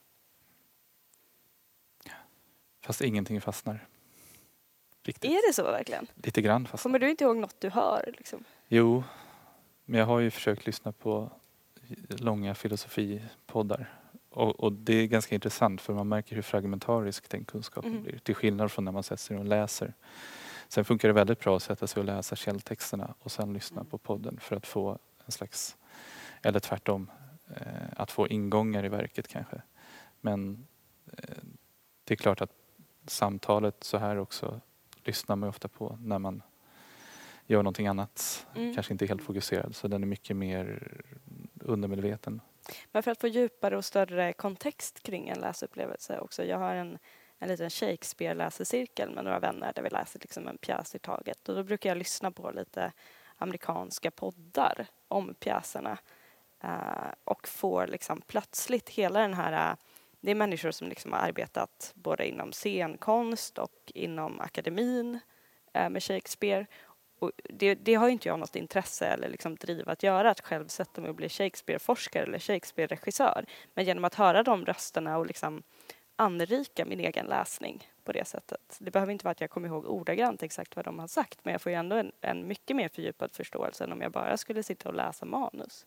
Fast ingenting fastnar. Riktigt. Är det så verkligen? Lite grann fastnar. Kommer du inte ihåg något du hör? Liksom? Jo, men jag har ju försökt lyssna på långa filosofipoddar. Och det är ganska intressant för man märker hur fragmentarisk den kunskapen blir. Till skillnad från när man sätter sig och läser. Sen funkar det väldigt bra att sätta sig och läsa källtexterna och sen lyssna på podden för att få en slags, eller tvärtom, att få ingångar i verket kanske. Men det är klart att samtalet så här också lyssnar man ofta på när man gör någonting annat. Kanske inte helt fokuserad, så den är mycket mer undermedveten. Men för att få djupare och större kontext kring en läsupplevelse också. Jag har en liten Shakespeare-läsecirkel med några vänner där vi läser liksom en pjäs i taget. Och då brukar jag lyssna på lite amerikanska poddar om pjäserna. Och får liksom plötsligt hela den här... Det är människor som liksom har arbetat både inom scenkonst och inom akademin med Shakespeare. Och det har ju inte jag något intresse eller liksom driv att göra, att själv sätta mig och bli Shakespeare-forskare eller Shakespeare-regissör. Men genom att höra de rösterna och liksom anrika min egen läsning på det sättet. Det behöver inte vara att jag kommer ihåg ordagrant exakt vad de har sagt, men jag får ju ändå en mycket mer fördjupad förståelse än om jag bara skulle sitta och läsa manus.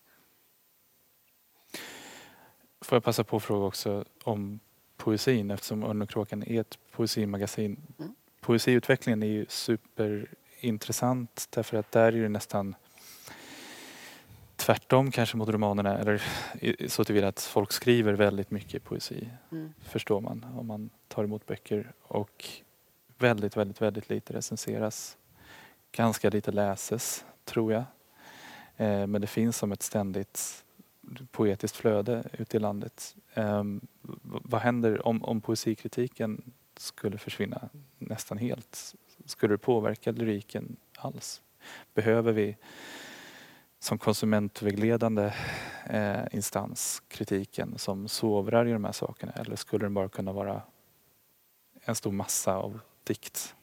Får jag passa på att fråga också om poesin, eftersom Örn och kråkan är ett poesimagasin. Poesiutvecklingen är ju superintressant därför att där är det nästan tvärtom kanske mot romanerna, eller så tillvida att folk skriver väldigt mycket poesi, förstår man, om man tar emot böcker, och väldigt, väldigt, väldigt lite recenseras. Ganska lite läses, tror jag. Men det finns som ett ständigt poetiskt flöde ute i landet. Vad händer om poesikritiken skulle försvinna nästan helt? Skulle det påverka lyriken alls? Behöver vi som konsumentvägledande instans kritiken som sovrar i de här sakerna, eller skulle den bara kunna vara en stor massa av dikt?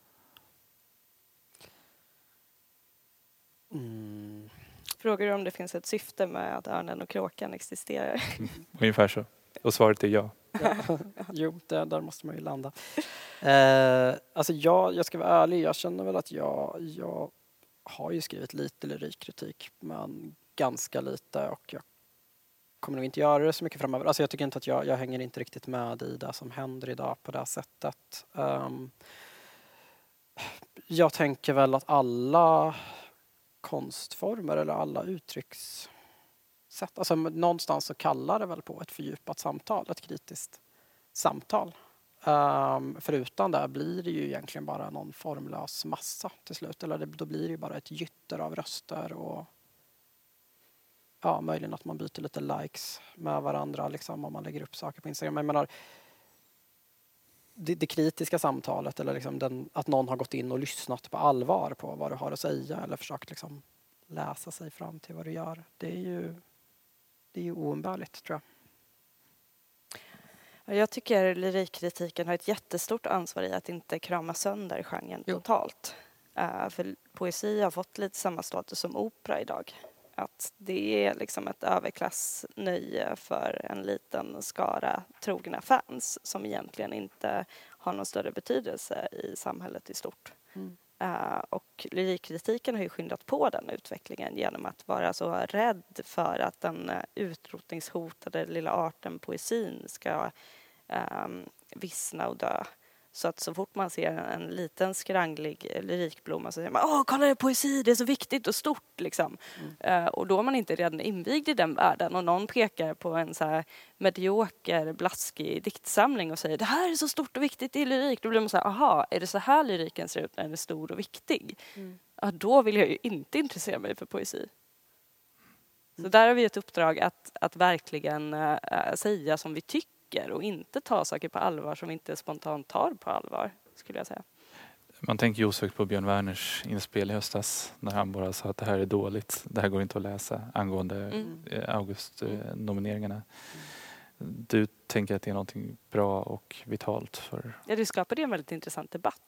Frågar du om det finns ett syfte med att Örnen och kråkan existerar? Ungefär så. Och svaret är ja. Jo, där måste man ju landa. Alltså jag ska vara ärlig, jag känner väl att jag har ju skrivit lite lyrikkritik, men ganska lite, och jag kommer nog inte göra det så mycket framöver. Alltså jag tycker inte att jag hänger inte riktigt med i det som händer idag på det här sättet. Jag tänker väl att alla konstformer eller alla uttryckssätt, alltså någonstans så kallar det väl på ett fördjupat samtal, ett kritiskt samtal. Förutan det blir det ju egentligen bara någon formlös massa till slut, eller då blir det ju bara ett gytter av röster och ja, möjligen att man byter lite likes med varandra liksom, om man lägger upp saker på Instagram. Jag menar, det kritiska samtalet, eller liksom att någon har gått in och lyssnat på allvar på vad du har att säga, eller försökt liksom läsa sig fram till vad du gör, det är ju oumbärligt, tror jag. Jag tycker lyrikkritiken har ett jättestort ansvar i att inte krama sönder genren totalt. För poesi har fått lite samma status som opera idag. Att det är liksom ett överklassnöje för en liten skara trogna fans som egentligen inte har någon större betydelse i samhället i stort. Och lyrikkritiken har ju skyndat på den utvecklingen genom att vara så rädd för att den utrotningshotade lilla arten poesin ska vissna och dö. Så att så fort man ser en liten skranglig lyrikblomma så säger man åh, kolla det är poesi, det är så viktigt och stort liksom. Och då är man inte redan invigd i den världen och någon pekar på en så här medioker, blaskig diktsamling och säger det här är så stort och viktigt, det är lyrik. Då blir man så här, aha, är det så här lyriken ser ut när den är stor och viktig? Ja, då vill jag ju inte intressera mig för poesi. Så där har vi ett uppdrag att verkligen säga som vi tycker och inte ta saker på allvar som vi inte spontant tar på allvar, skulle jag säga. Man tänker ju osökt på Björn Werners inspel i höstas när han bara sa att det här är dåligt, det här går inte att läsa angående August-nomineringarna. Du tänker att det är någonting bra och vitalt för... Ja, det skapade en väldigt intressant debatt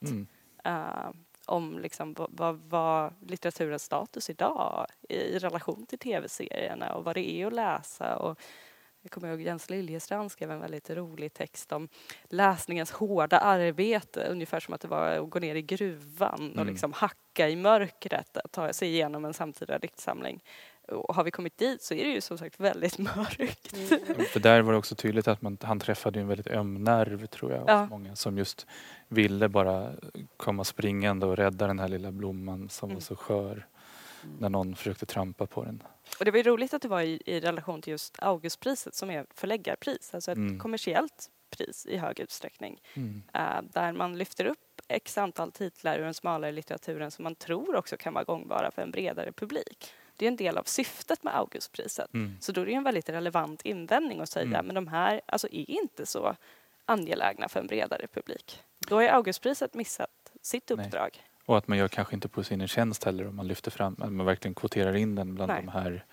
om liksom vad litteraturens status idag i relation till tv-serierna och vad det är att läsa. Och jag kommer ihåg Jens Liljestrand skrev en väldigt rolig text om läsningens hårda arbete. Ungefär som att det var att gå ner i gruvan och liksom hacka i mörkret. Att ta sig igenom en samtida diktsamling. Och har vi kommit dit så är det ju som sagt väldigt mörkt. För där var det också tydligt att han träffade en väldigt öm nerv, tror jag. Ja. Många som just ville bara komma springande och rädda den här lilla blomman som var så skör. När någon försökte trampa på den. Och det var ju roligt att det var i relation till just Augustpriset som är förläggarpris. Alltså ett kommersiellt pris i hög utsträckning. Där man lyfter upp x antal titlar ur den smalare litteraturen som man tror också kan vara gångbara för en bredare publik. Det är en del av syftet med Augustpriset. Så då är det en väldigt relevant invändning att säga men de här alltså, är inte så angelägna för en bredare publik. Då är Augustpriset missat sitt uppdrag. Nej. Och att man gör kanske inte poesin en tjänst heller om man lyfter fram, att man verkligen kvoterar in den bland de här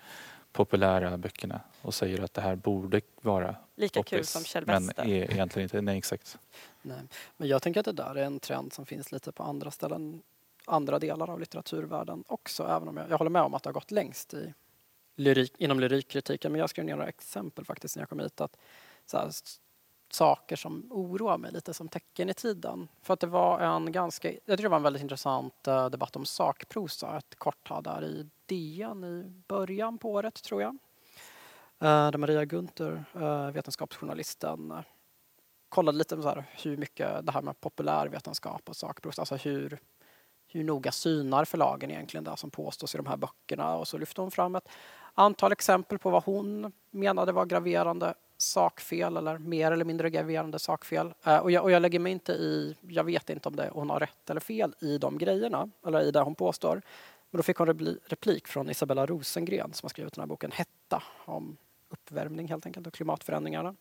populära böckerna och säger att det här borde vara Lika kul poppis, som Kjell men Wester. är egentligen inte. Nej, exakt. Nej. Men jag tänker att det där är en trend som finns lite på andra ställen, andra delar av litteraturvärlden också, även om jag håller med om att det har gått längst inom lyrikkritiken. Men jag skrev ner några exempel faktiskt när jag kom hit, att så här, saker som oroar mig lite som tecken i tiden. För att det var jag tycker det var en väldigt intressant debatt om sakprosa, ett kort här där i DN i början på året, tror jag. Där Maria Gunther, vetenskapsjournalisten, kollade lite på så här, hur mycket det här med populärvetenskap och sakprosa, alltså hur noga synar förlagen egentligen det som påstås i de här böckerna. Och så lyfte hon fram ett antal exempel på vad hon menade var graverande sakfel eller mer eller mindre graverande sakfel. Och jag lägger mig inte i, jag vet inte om hon har rätt eller fel i de grejerna, eller i det hon påstår. Men då fick hon replik från Isabella Rosengren som har skrivit den här boken Hetta, om uppvärmning helt enkelt och klimatförändringarna.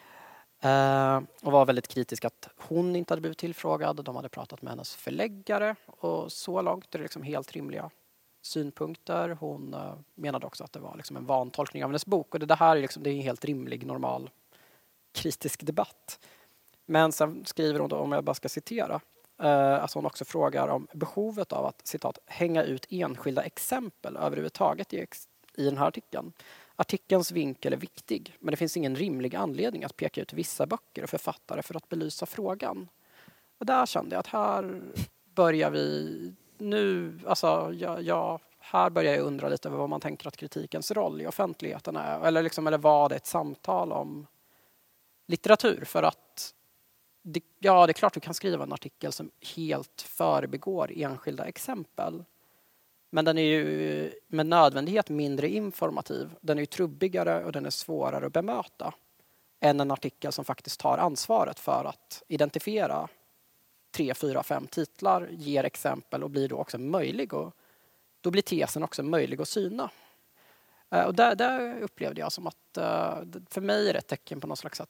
Och var väldigt kritisk att hon inte hade blivit tillfrågad. De hade pratat med hennes förläggare och så långt är det liksom helt rimliga synpunkter. Hon menade också att det var liksom en vantolkning av hennes bok. Och det här är, liksom, det är en helt rimlig, normal kritisk debatt. Men sen skriver hon då, om jag bara ska citera, att hon också frågar om behovet av att, citat, hänga ut enskilda exempel överhuvudtaget i den här artikeln. Artikelns vinkel är viktig, men det finns ingen rimlig anledning att peka ut vissa böcker och författare för att belysa frågan. Och där kände jag att här börjar vi nu, alltså här börjar jag undra lite över vad man tänker att kritikens roll i offentligheten är. Eller var det ett samtal om litteratur? För att det är klart du kan skriva en artikel som helt förbigår enskilda exempel. Men den är ju med nödvändighet mindre informativ. Den är ju trubbigare och den är svårare att bemöta än en artikel som faktiskt tar ansvaret för att identifiera 3, 4, 5 titlar, ger exempel och blir då också möjlig. Och då blir tesen också möjlig att syna. Och där upplevde jag som att för mig är det ett tecken på någon slags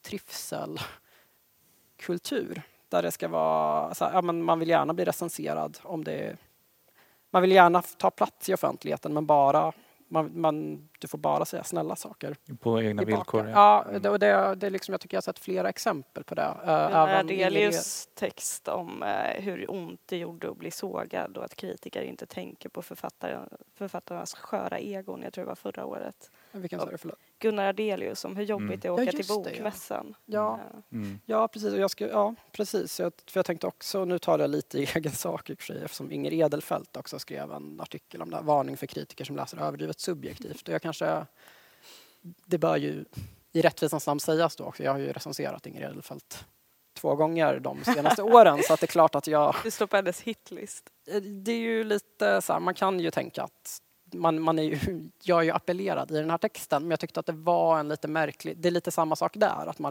trivselkultur. Där det ska vara, så här, ja, men man vill gärna bli recenserad om det. Man vill gärna ta plats i offentligheten, men du får bara säga snälla saker. På egna villkor. Ja, det liksom, jag tycker jag har sett flera exempel på det. Delius text om hur ont det gjorde att bli sågad och att kritiker inte tänker på författarnas sköra egon. Jag tror det var förra året. Vilken sa du, förlåt? Gunnar Ardelius om hur jobbigt det är att åka till bokmässan. Ja, precis. Precis. För jag tänkte också, nu talar jag lite i egen sak i och för sig, eftersom Inger Edelfelt också skrev en artikel om det här, varning för kritiker som läser överdrivet subjektivt. Och det bör ju i rättvisans namn sägas då också. Jag har ju recenserat Inger Edelfelt 2 gånger de senaste åren, så att det är klart att Du står på hennes hitlist. Det är ju lite så här, man kan ju tänka att jag är ju appellerad i den här texten, men jag tyckte att det var en lite märklig, det är lite samma sak där, att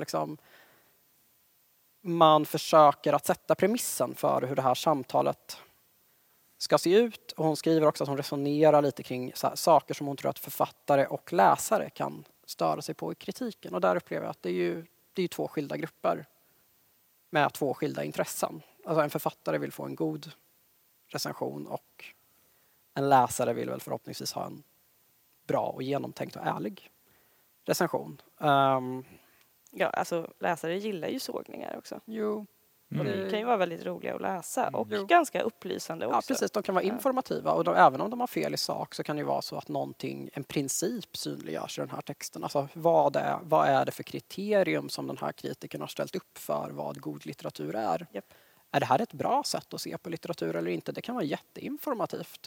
man försöker att sätta premissen för hur det här samtalet ska se ut, och hon skriver också att hon resonerar lite kring så här, saker som hon tror att författare och läsare kan störa sig på i kritiken, och där upplever jag att det är ju 2 skilda grupper med 2 skilda intressen. Alltså en författare vill få en god recension och en läsare vill väl förhoppningsvis ha en bra och genomtänkt och ärlig recension. Ja, alltså läsare gillar ju sågningar också. Jo. Och det kan ju vara väldigt roliga att läsa och ganska upplysande också. Ja, precis. De kan vara informativa, och även om de har fel i sak så kan det ju vara så att en princip synliggörs i den här texten. Alltså vad är det för kriterium som den här kritiken har ställt upp för vad god litteratur är? Yep. Är det här ett bra sätt att se på litteratur eller inte? Det kan vara jätteinformativt.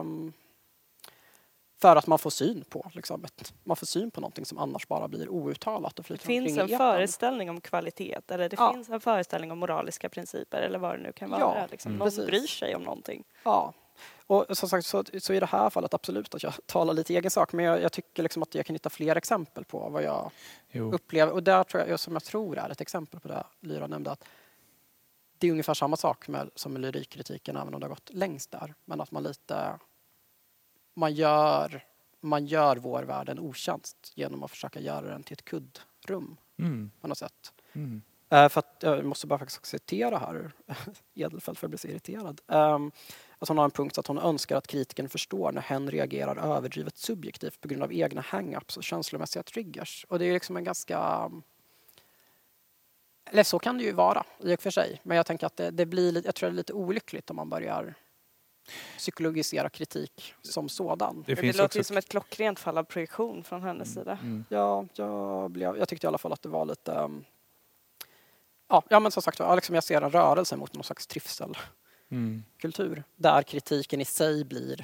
För att man får syn på man får syn på någonting som annars bara blir outtalat och flyter omkring i etern. Det finns en föreställning om kvalitet, eller det finns en föreställning om moraliska principer, eller vad det nu kan vara. Någon bryr sig om någonting. Ja, och som sagt så i det här fallet absolut att jag talar lite i egen sak, men jag tycker att jag kan hitta fler exempel på vad jag upplever. Och där tror jag, som jag tror är ett exempel på det Lyra nämnde, att det är ungefär samma sak som med lyrikkritiken, även om det har gått längst där. Men att man gör vår värld en otjänst genom att försöka göra den till ett kuddrum på något sätt. För att jag måste bara faktiskt citera här Edelfelt, för jag blir så irriterad. att hon har en punkt att hon önskar att kritiken förstår när hen reagerar överdrivet subjektivt på grund av egna hang-ups och känslomässiga triggers. Och det är liksom en ganska... Eller så kan det ju vara i och för sig. Men jag tänker att det blir, jag tror det är lite olyckligt om man börjar psykologisera kritik som sådan. Det låter ju som ett klockrent fall av projektion från hennes sida. Ja, jag tyckte i alla fall att det var lite... Ja, men som sagt, liksom jag ser en rörelse mot någon slags trivselkultur. Där kritiken i sig blir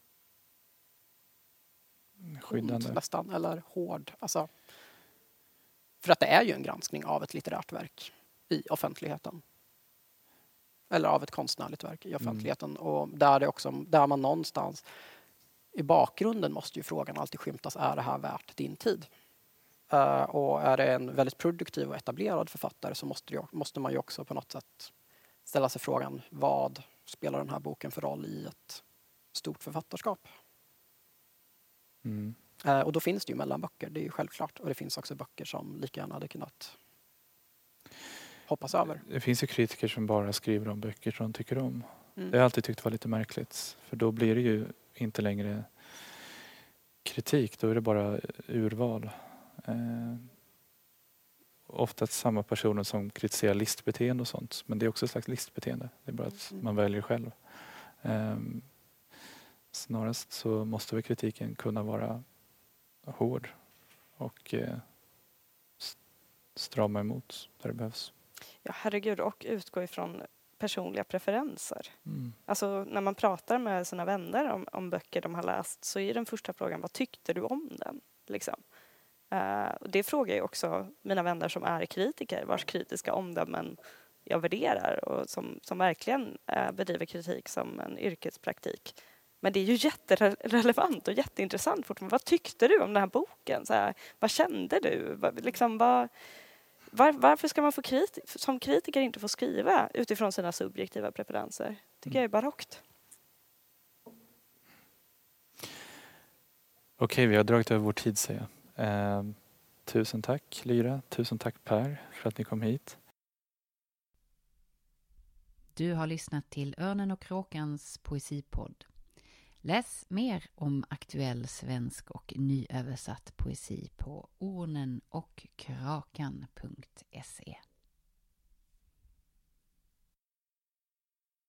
skyddande. Nästan, eller hård. Alltså, för att det är ju en granskning av ett litterärt verk i offentligheten. Eller av ett konstnärligt verk i offentligheten. Och där man någonstans i bakgrunden måste ju frågan alltid skymtas, är det här värt din tid? Och är det en väldigt produktiv och etablerad författare så måste man ju också på något sätt ställa sig frågan, vad spelar den här boken för roll i ett stort författarskap? Och då finns det ju mellanböcker, det är ju självklart. Och det finns också böcker som lika gärna hade kunnat hoppas över. Det finns ju kritiker som bara skriver om böcker som de tycker om. Det har jag alltid tyckt var lite märkligt. För då blir det ju inte längre kritik, då är det bara urval. Ofta samma personer som kritiserar listbeteende och sånt. Men det är också ett slags listbeteende. Det är bara att man väljer själv. Snarast så måste väl kritiken kunna vara hård och strama emot där det behövs. Ja, herregud, och utgå ifrån personliga preferenser. Alltså när man pratar med sina vänner om böcker de har läst så är den första frågan, vad tyckte du om den? Liksom. Det frågar ju också mina vänner som är kritiker, vars kritiska omdömen jag värderar och som verkligen bedriver kritik som en yrkespraktik. Men det är ju jätterelevant och jätteintressant fortfarande. Vad tyckte du om den här boken? Så här, vad kände du? Varför ska man som kritiker inte få skriva utifrån sina subjektiva preferenser? Tycker jag är barockt. Okej, vi har dragit över vår tid, säger jag. Tusen tack Lyra, tusen tack Per för att ni kom hit. Du har lyssnat till Örnen och Kråkans poesipodd. Läs mer om aktuell svensk och nyöversatt poesi på ornenochkrakan.se.